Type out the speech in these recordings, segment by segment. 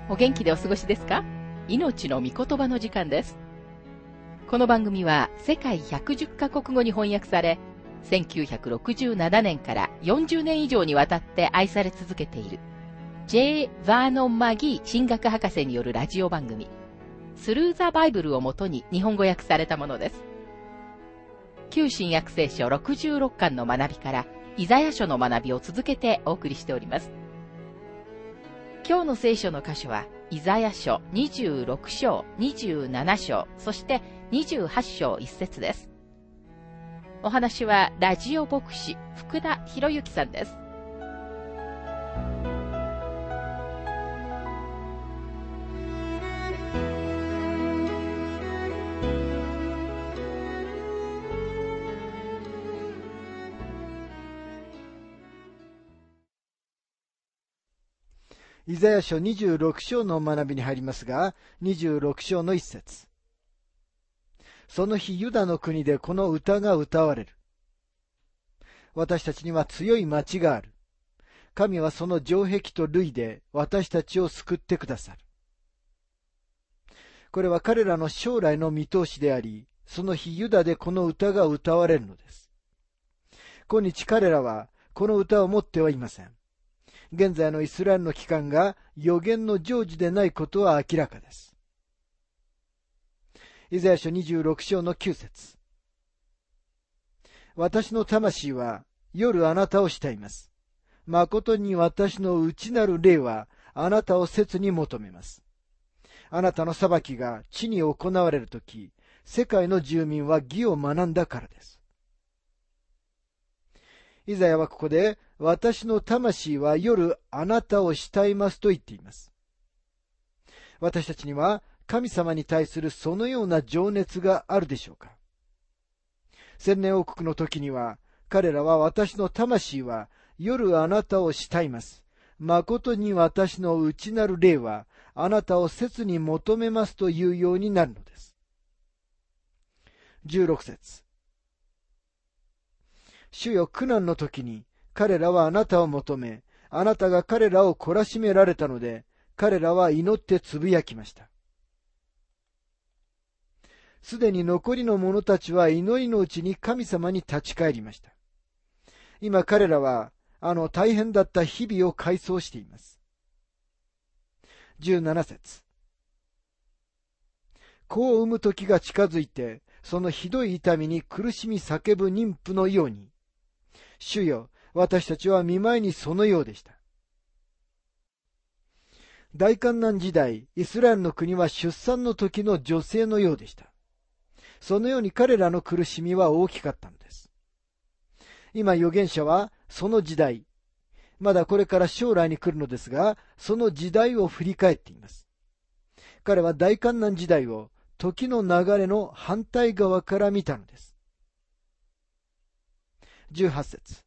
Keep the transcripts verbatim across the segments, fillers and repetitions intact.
お元気でお過ごしですか？命の御言葉の時間です。この番組は世界ひゃくじゅっカ国語に翻訳され、せんきゅうひゃくろくじゅうななねんからよんじゅうねん以上にわたって愛され続けている J. ヴァーノン・マギー神学博士によるラジオ番組、スルー・ザ・バイブルをもとに日本語訳されたものです。旧新約聖書ろくじゅうろっかんの学びからイザヤ書の学びを続けてお送りしております。今日の聖書の箇所はイザヤ書にじゅうろく章、にじゅうなな章、そしてにじゅうはち章一節です。お話はラジオ牧師福田博之さんです。 イザヤ書にじゅうろく章の学びに入りますが、にじゅうろく章の一節。その日ユダの国でこの歌が歌われる。私たちには強い町がある。神はその城壁と塁で私たちを救ってくださる。これは彼らの将来の見通しであり、その日ユダでこの歌が歌われるのです。今日彼らはこの歌を持ってはいません。現在のイスラエルの機関が予言の成就でないことは明らかです。イザヤ書にじゅうろく章のきゅう節。私の魂は夜あなたを慕います。誠に私の内なる霊はあなたを切に求めます。あなたの裁きが地に行われるとき、世界の住民は義を学んだからです。イザヤはここで、私の魂は夜あなたを慕いますと言っています。私たちには神様に対するそのような情熱があるでしょうか。千年王国の時には、彼らは私の魂は夜あなたを慕います。誠に私の内なる霊はあなたを切に求めますというようになるのです。じゅうろく節。主よ、苦難の時に彼らはあなたを求め、あなたが彼らを懲らしめられたので、彼らは祈ってつぶやきました。すでに残りの者たちは祈りのうちに神様に立ち返りました。今彼らは、あの大変だった日々を回想しています。じゅうなな節。子を産む時が近づいて、そのひどい痛みに苦しみ叫ぶ妊婦のように、主よ、私たちは見舞いにそのようでした。大患難時代、イスラエルの国は出産の時の女性のようでした。そのように彼らの苦しみは大きかったのです。今預言者はその時代、まだこれから将来に来るのですが、その時代を振り返っています。彼は大患難時代を時の流れの反対側から見たのです。じゅうはち節。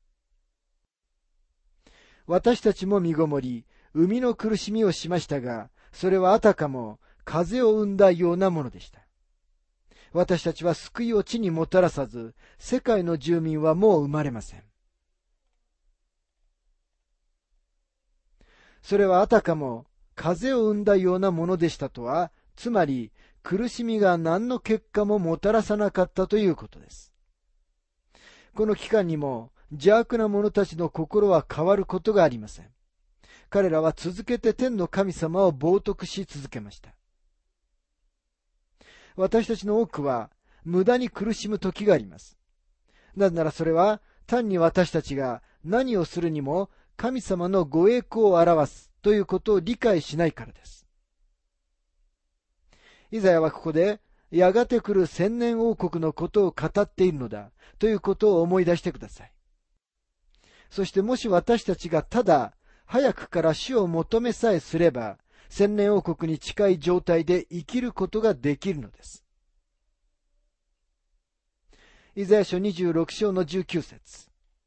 私たちも身ごもり、生みの苦しみをしましたが、それはあたかも風を生んだようなものでした。私たちは救いを地にもたらさず、世界の住民はもう生まれません。それはあたかも風を生んだようなものでしたとは、つまり苦しみが何の結果ももたらさなかったということです。この期間にも邪悪な者たちの心は変わることがありません。彼らは続けて天の神様を冒涜し続けました。私たちの多くは無駄に苦しむ時があります。なぜならそれは単に私たちが何をするにも神様のご栄光を表すということを理解しないからです。イザヤはここでやがて来る千年王国のことを語っているのだということを思い出してください。そしてもし私たちがただ早くから主を求めさえすれば、千年王国に近い状態で生きることができるのです。イザヤ書にじゅうろく章のじゅうきゅう節。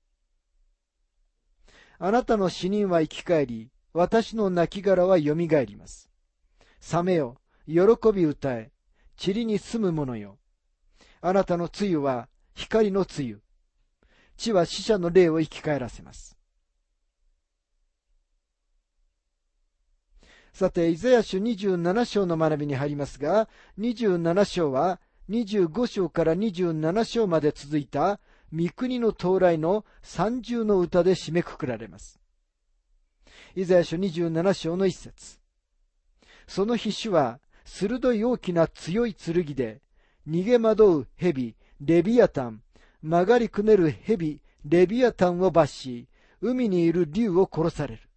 あなたの死人は生き返り、私の亡骸はよみがえります。覚めよ、喜び歌え、塵に住む者よ。あなたの露雨は光の露雨。地は死者の霊を生き返らせます。 さて、イザヤ書にじゅうなな章の学びに入りますが、にじゅうなな章はにじゅうご章からにじゅうなな章まで続いた御国の到来の三重の歌で締めくくられます。イザヤ書にじゅうなな章の一節。その日主は鋭い大きな強い剣で、逃げ惑う蛇、レビアタン、曲がりくねる蛇、レビアタンを罰し、海にいる竜を殺される。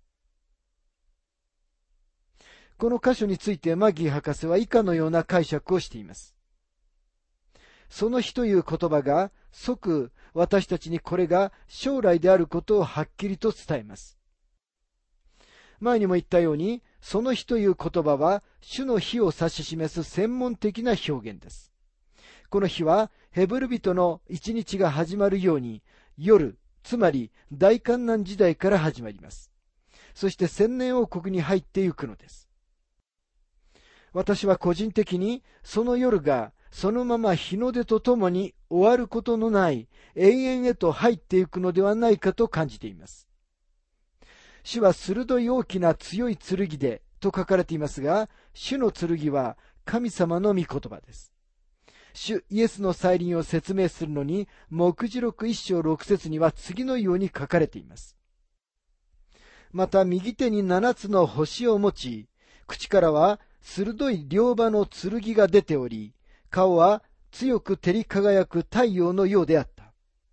この箇所についてマギー博士は以下のような解釈をしています。その日という言葉が即私たちにこれが将来であることをはっきりと伝えます。前にも言ったように、その日という言葉は主の日を指し示す専門的な表現です。この日はヘブル人の一日が始まるように夜、つまり大観難時代から始まります。そして千年王国に入っていくのです。私は個人的にその夜がそのまま日の出とともに終わることのない永遠へと入っていくのではないかと感じています。主は鋭い大きな強い剣でと書かれていますが、主の剣は神様の御言葉です。主イエスの再臨を説明するのに、黙示録一章六節には次のように書かれています。また右手に七つの星を持ち、口からは鋭い両刃の剣が出ており、顔は強く照り輝く太陽のようであった。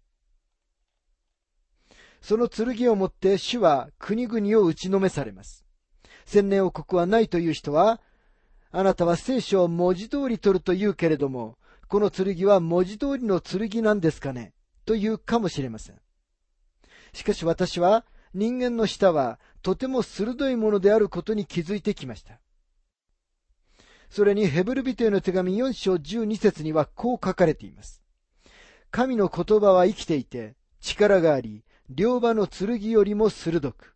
その剣をもって主は国々を打ちのめされます。千年王国はないという人は、あなたは聖書を文字通り取ると言うけれども、この剣は文字通りの剣なんですかねと言うかもしれません。しかし私は人間の舌はとても鋭いものであることに気づいてきました。それにヘブル人への手紙よん章じゅうに節にはこう書かれています。神の言葉は生きていて力があり、両刃の剣よりも鋭く。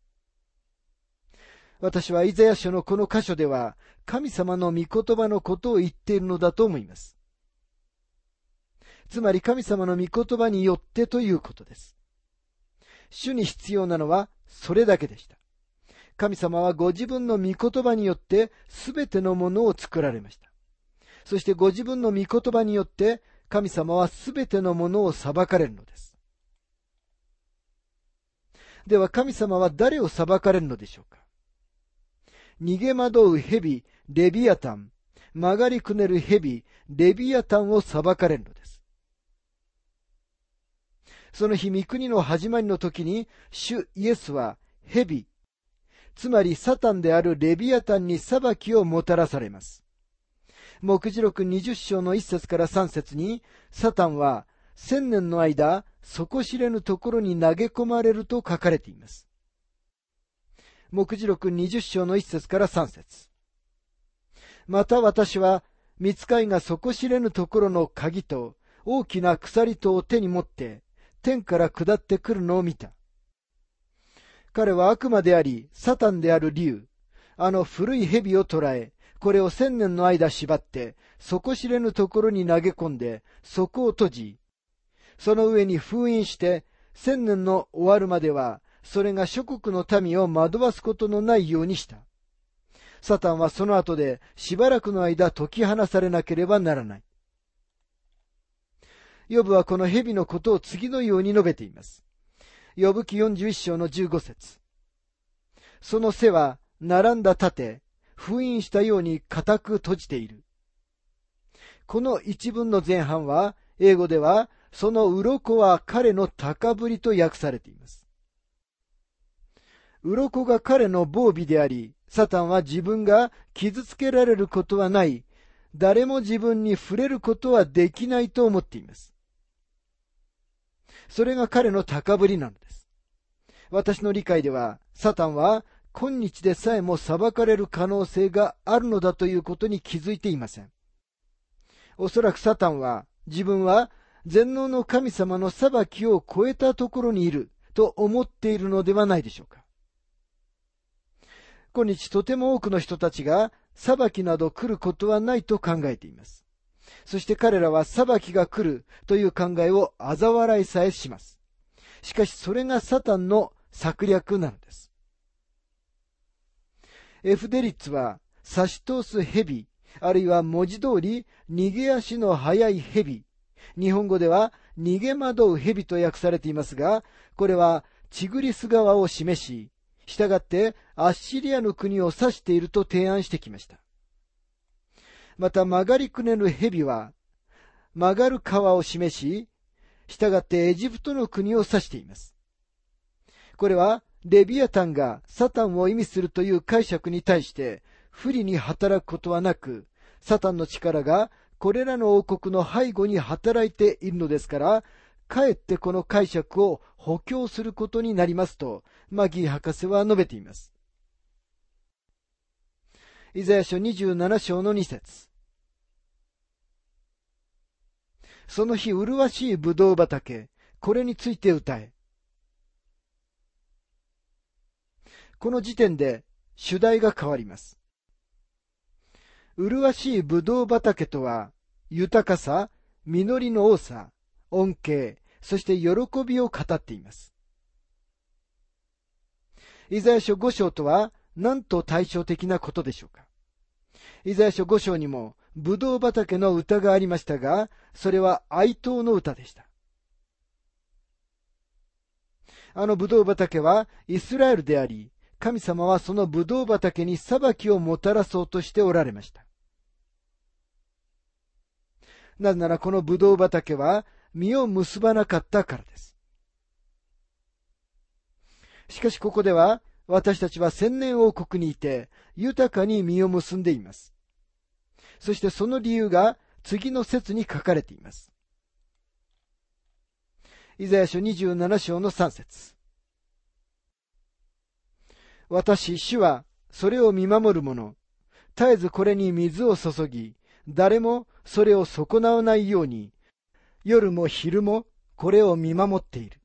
私はイザヤ書のこの箇所では神様の御言葉のことを言っているのだと思います。つまり神様の御言葉によってということです。主に必要なのはそれだけでした。神様はご自分の御言葉によってすべてのものを作られました。そしてご自分の御言葉によって神様はすべてのものを裁かれるのです。では神様は誰を裁かれるのでしょうか。逃げ惑う蛇、レビアタン、曲がりくねる蛇、レビアタンを裁かれるのです。その日、御国の始まりの時に、主イエスは蛇、つまりサタンであるレビアタンに裁きをもたらされます。黙示録にじゅう章のいち節からさん節に、サタンは千年の間、底知れぬところに投げ込まれると書かれています。黙示録にじゅう章のいち節からさん節。また私は、御使いが底知れぬところの鍵と大きな鎖戸を手に持って、天から下ってくるのを見た。彼は悪魔であり、サタンである竜、あの古い蛇を捕らえ、これを千年の間縛って、底知れぬところに投げ込んで、底を閉じ、その上に封印して、千年の終わるまでは、それが諸国の民を惑わすことのないようにした。サタンはその後でしばらくの間解き放されなければならない。ヨブはこの蛇のことを次のように述べています。ヨブ記よんじゅういち章のじゅうご節。その背は並んだ盾、封印したように固く閉じている。この一文の前半は、英語では、その鱗は彼の高ぶりと訳されています。鱗が彼の防備であり、サタンは自分が傷つけられることはない、誰も自分に触れることはできないと思っています。それが彼の高ぶりなのです。私の理解では、サタンは今日でさえも裁かれる可能性があるのだということに気づいていません。おそらくサタンは自分は全能の神様の裁きを超えたところにいると思っているのではないでしょうか。今日とても多くの人たちが裁きなど来ることはないと考えています。そして彼らは裁きが来るという考えを嘲笑いさえします。しかしそれがサタンの策略なのです。 エフデリッツは差し通す蛇、あるいは文字通り逃げ足の速い蛇、日本語では逃げ惑う蛇と訳されていますが、これはチグリス川を示し、従ってアッシリアの国を指していると提案してきました。また曲がりくねる蛇は曲がる川を示し、従ってエジプトの国を指しています。これはレビアタンがサタンを意味するという解釈に対して不利に働くことはなく、サタンの力がこれらの王国の背後に働いているのですから、かえってこの解釈を補強することになりますと、マギー博士は述べています。イザヤ書にじゅうなな章のに節。その日麗しいブドウ畑、これについて歌え。この時点で主題が変わります。麗しいブドウ畑とは、豊かさ、実りの多さ、恩恵、そして喜びを語っています。イザヤ書ご章とは、なんと対照的なことでしょうか。イザヤ書ご章にも、ブドウ畑の歌がありましたが、それは哀悼の歌でした。あのブドウ畑はイスラエルであり、神様はそのブドウ畑に裁きをもたらそうとしておられました。なぜならこのブドウ畑は実を結ばなかったからです。しかしここでは私たちは千年王国にいて豊かに実を結んでいます。そしてその理由が次の節に書かれています。イザヤ書にじゅうなな章のさん節。私、主はそれを見守る者、絶えずこれに水を注ぎ、誰もそれを損なわないように、夜も昼もこれを見守っている。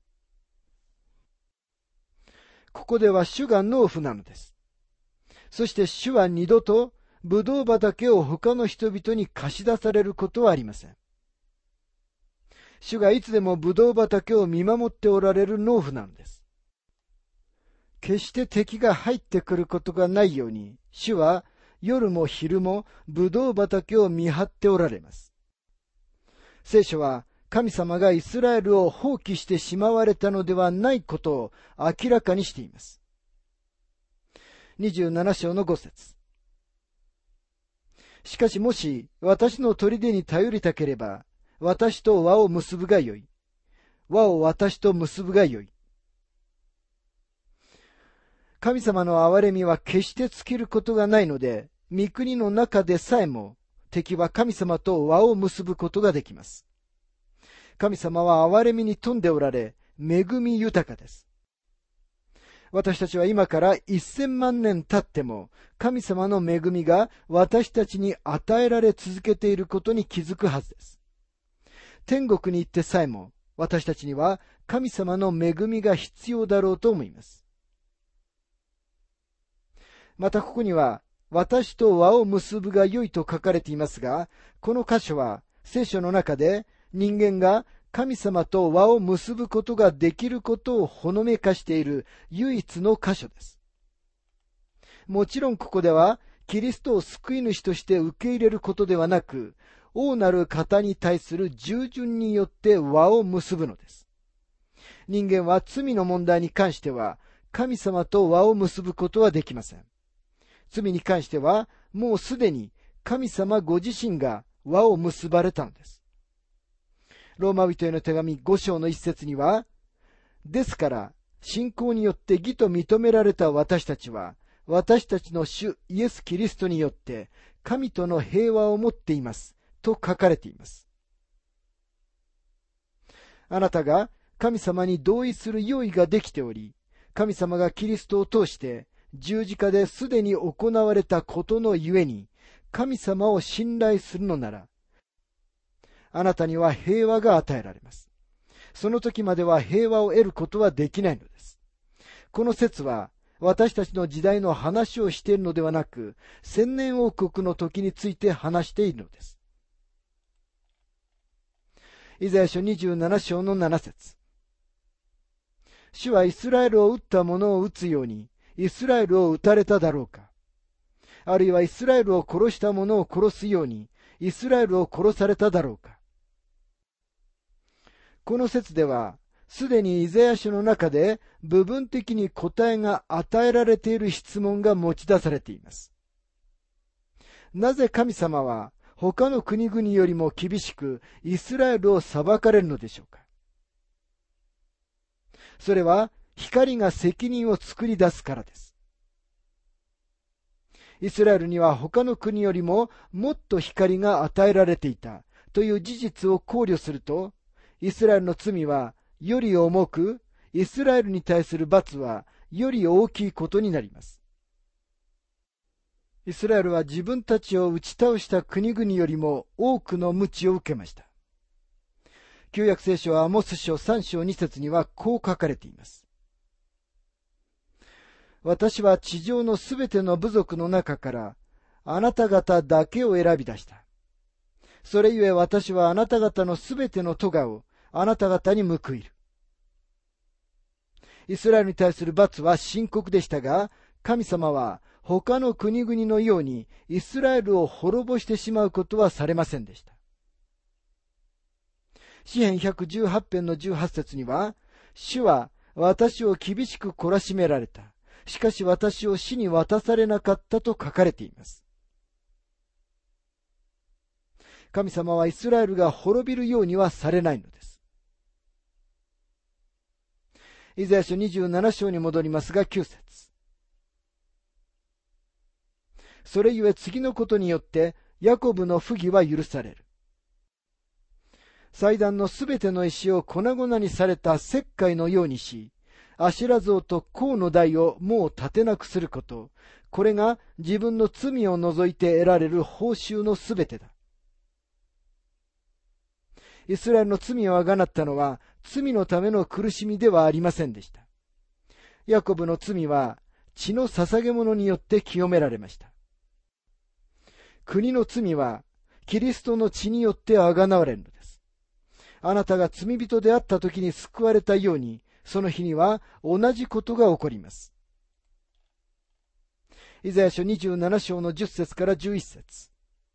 ここでは主が農夫なのです。そして主は二度とブドウ畑を他の人々に貸し出されることはありません。主がいつでもブドウ畑を見守っておられる農夫なのです。決して敵が入ってくることがないように、主は夜も昼もブドウ畑を見張っておられます。聖書は神様がイスラエルを放棄してしまわれたのではないことを明らかにしています。にじゅうなな章のご節。しかしもし私の砦に頼りたければ、私と輪を結ぶがよい。輪を私と結ぶがよい。神様の憐れみは決して尽きることがないので、御国の中でさえも敵は神様と輪を結ぶことができます。神様は憐れみに富んでおられ、恵み豊かです。私たちは今から一千万年経っても、神様の恵みが私たちに与えられ続けていることに気づくはずです。天国に行ってさえも、私たちには神様の恵みが必要だろうと思います。またここには、私と輪を結ぶが良いと書かれていますが、この箇所は聖書の中で人間が神様と輪を結ぶことができることをほのめかしている唯一の箇所です。もちろんここではキリストを救い主として受け入れることではなく、王なる方に対する従順によって輪を結ぶのです。人間は罪の問題に関しては神様と輪を結ぶことはできません。罪に関してはもうすでに神様ご自身が輪を結ばれたのです。ローマ人への手紙ご章の一節には、ですから信仰によって義と認められた私たちは、私たちの主イエス・キリストによって神との平和を持っていますと書かれています。あなたが神様に同意する用意ができており、神様がキリストを通して十字架ですでに行われたことのゆえに、神様を信頼するのなら、あなたには平和が与えられます。その時までは平和を得ることはできないのです。この説は私たちの時代の話をしているのではなく、千年王国の時について話しているのです。イザヤ書にじゅうなな章のなな節。主はイスラエルを撃った者を撃つように、イスラエルを撃たれただろうか。 あるいはイスラエルを殺した者を殺すように、イスラエルを殺されただろうか。この説では、すでにイザヤ書の中で部分的に答えが与えられている質問が持ち出されています。なぜ神様は他の国々よりも厳しくイスラエルを裁かれるのでしょうか。それは光が責任を作り出すからです。イスラエルには他の国よりももっと光が与えられていたという事実を考慮すると、イスラエルの罪はより重く、イスラエルに対する罰はより大きいことになります。イスラエルは自分たちを打ち倒した国々よりも多くの鞭を受けました。旧約聖書はアモス書さん章に節にはこう書かれています。私は地上のすべての部族の中からあなた方だけを選び出した。それゆえ私はあなた方のすべての咎をあなた方に報いる。イスラエルに対する罰は深刻でしたが、神様は他の国々のようにイスラエルを滅ぼしてしまうことはされませんでした。詩編ひゃくじゅうはち編のじゅうはち節には、主は私を厳しく懲らしめられた。しかし私を死に渡されなかったと書かれています。神様はイスラエルが滅びるようにはされないのです。イザヤ書にじゅうなな章に戻りますが、きゅう節。それゆえ次のことによってヤコブの不義は許される。祭壇のすべての石を粉々にされた石灰のようにし、アシュラ像と甲の台をもう立てなくすること。これが自分の罪を除いて得られる報酬のすべてだ。イスラエルの罪をあがなったのは罪のための苦しみではありませんでした。ヤコブの罪は血の捧げ物によって清められました。国の罪はキリストの血によってあがなわれるのです。あなたが罪人であった時に救われたように、その日には同じことが起こります。イザヤ書にじゅうなな章のじゅっ節からじゅういち節。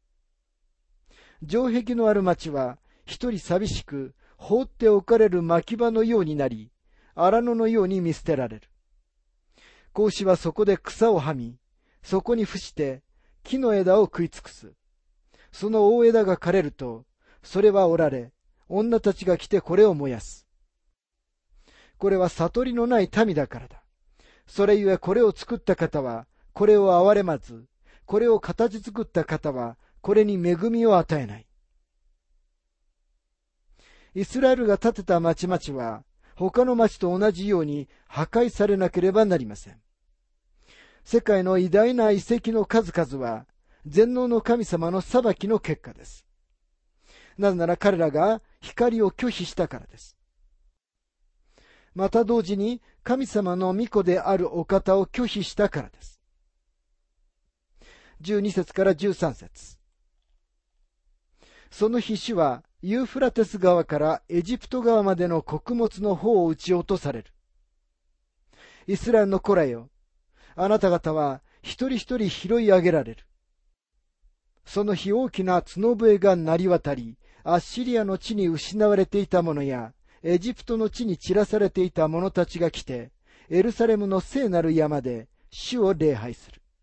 城壁のある町は一人寂しく放っておかれる牧場のようになり、荒野のように見捨てられる。子牛はそこで草をはみ、そこに伏して木の枝を食い尽くす。その大枝が枯れると、それは折られ、女たちが来てこれを燃やす。これは悟りのない民だからだ。それゆえこれを作った方は、これを憐れまず、これを形作った方は、これに恵みを与えない。イスラエルが建てた町々は、他の町と同じように破壊されなければなりません。世界の偉大な遺跡の数々は、全能の神様の裁きの結果です。なぜなら彼らが光を拒否したからです。また同時に神様の御子であるお方を拒否したからです。じゅうに節からじゅうさん節。その日主はユーフラテス川からエジプト川までの穀物の方を撃ち落とされる。イスラエルの子らよ、あなた方は一人一人拾い上げられる。その日大きな角笛が鳴り渡り、アッシリアの地に失われていた者や、エジプトの地に散らされていた者たちが来て、エルサレムの聖なる山で主を礼拝する。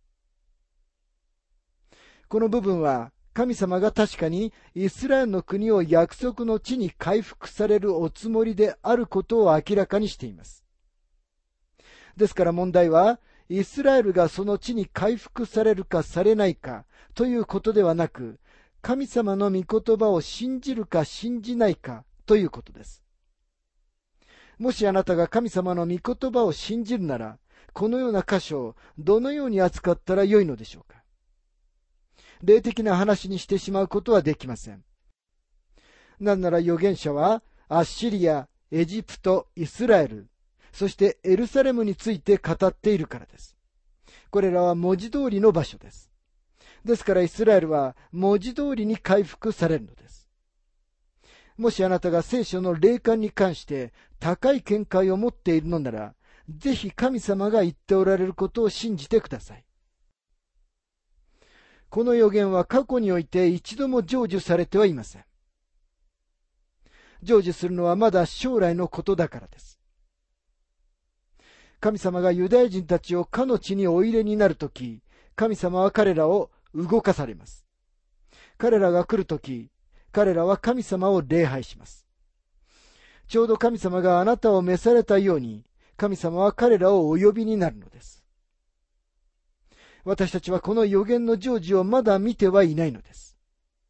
この部分は、神様が確かにイスラエルの国を約束の地に回復されるおつもりであることを明らかにしています。ですから問題は、イスラエルがその地に回復されるかされないかということではなく、神様の御言葉を信じるか信じないかということです。もしあなたが神様の御言葉を信じるなら、このような箇所をどのように扱ったらよいのでしょうか。霊的な話にしてしまうことはできません。なぜなら預言者はアッシリア、エジプト、イスラエル、そしてエルサレムについて語っているからです。これらは文字通りの場所です。ですからイスラエルは文字通りに回復されるのです。もしあなたが聖書の霊感に関して高い見解を持っているのなら、ぜひ神様が言っておられることを信じてください。 この予言は過去において一度も成就されてはいません。成就するのはまだ将来のことだからです。神様がユダヤ人たちをかの地にお入れになるとき、神様は彼らを動かされます。彼らが来るとき、彼らは神様を礼拝します。ちょうど神様があなたを召されたように、神様は彼らをお呼びになるのです。私たちはこの予言の成就をまだ見てはいないのです。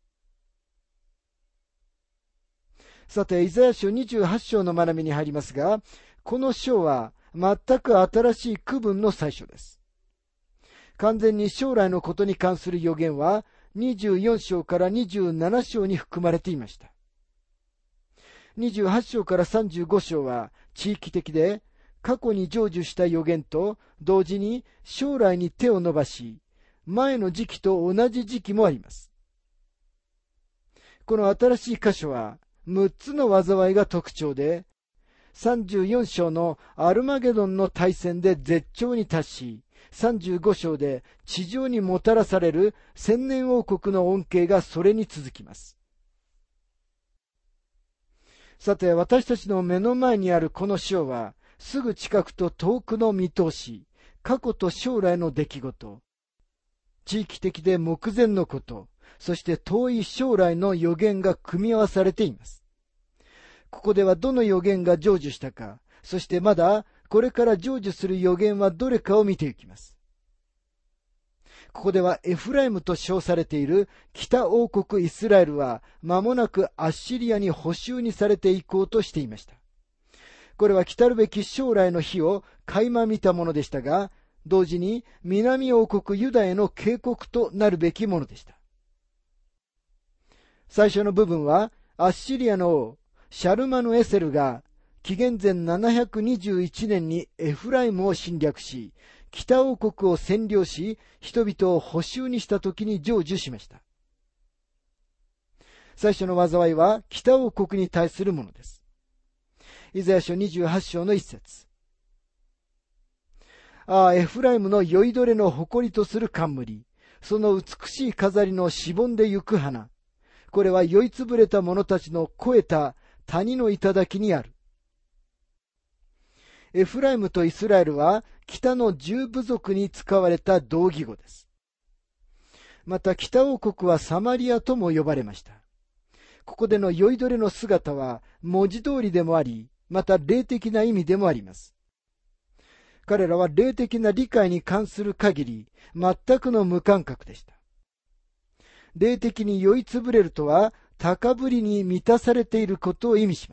さて、イザヤ書にじゅうはち章の学びに入りますが、この章は全く新しい区分の最初です。完全に将来のことに関する予言は、にじゅうよん章からにじゅうなな章に含まれていました。にじゅうはち章からさんじゅうご章は地域的で、過去に成就した予言と同時に将来に手を伸ばし、前の時期と同じ時期もあります。この新しい箇所はむっつの災いが特徴で、さんじゅうよん章のアルマゲドンの大戦で絶頂に達し、さんじゅうご章で地上にもたらされる千年王国の恩恵がそれに続きます。さて、私たちの目の前にあるこの章は、すぐ近くと遠くの見通し、過去と将来の出来事、地域的で目前のこと、そして遠い将来の予言が組み合わされています。ここではどの予言が成就したか、そしてまだこれから成就する予言はどれかを見ていきます。ここではエフライムと称されている北王国イスラエルは間もなくアッシリアに捕囚にされていこうとしていました。これは来たるべき将来の日を垣間見たものでしたが、同時に南王国ユダへの警告となるべきものでした。最初の部分はアッシリアの王シャルマヌエセルが紀元前ななひゃくにじゅういちねんにエフライムを侵略し、北王国を占領し、人々を捕囚にした時に成就しました。最初の災いは北王国に対するものです。イザヤ書にじゅうはち章の一節。ああ、エフライムの酔いどれの誇りとする冠、その美しい飾りのしぼんでゆく花。これは酔いつぶれた者たちの肥えた谷の頂にある。エフライムとイスラエルは北の十部族に使われた同義語です。また北王国はサマリアとも呼ばれました。ここでの酔いどれの姿は文字通りでもあり、また霊的な意味でもあります。彼らは霊的な理解に関する限り、全くの無感覚でした。霊的に酔いつぶれるとは、高ぶりに満たされていることを意味します。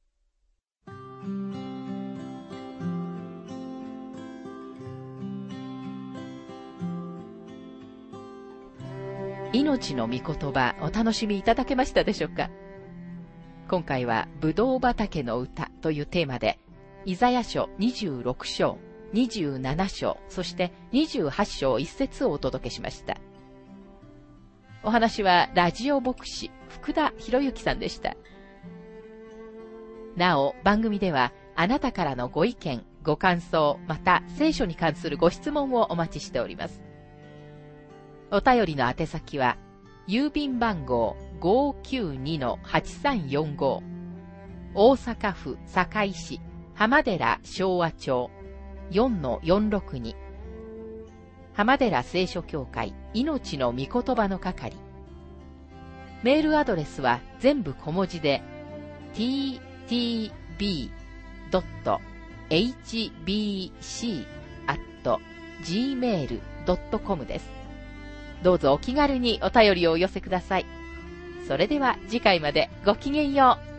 命の御言葉、お楽しみいただけましたでしょうか。今回はぶどう畑の歌というテーマで、イザヤ書にじゅうろく章、にじゅうなな章、そしてにじゅうはち章一節をお届けしました。お話はラジオ牧師福田博之さんでした。なお、番組ではあなたからのご意見、ご感想、また聖書に関するご質問をお待ちしております。お便りの宛先は、郵便番号 ごーきゅうにのはちさんよんご、大阪府堺市浜寺昭和町 よんのよんろくに、浜寺聖書協会命の御言葉の係。メールアドレスは全部小文字で ティーティービードットエイチビーシーアットジーメールドットコム です。どうぞお気軽にお便りをお寄せください。それでは次回までごきげんよう。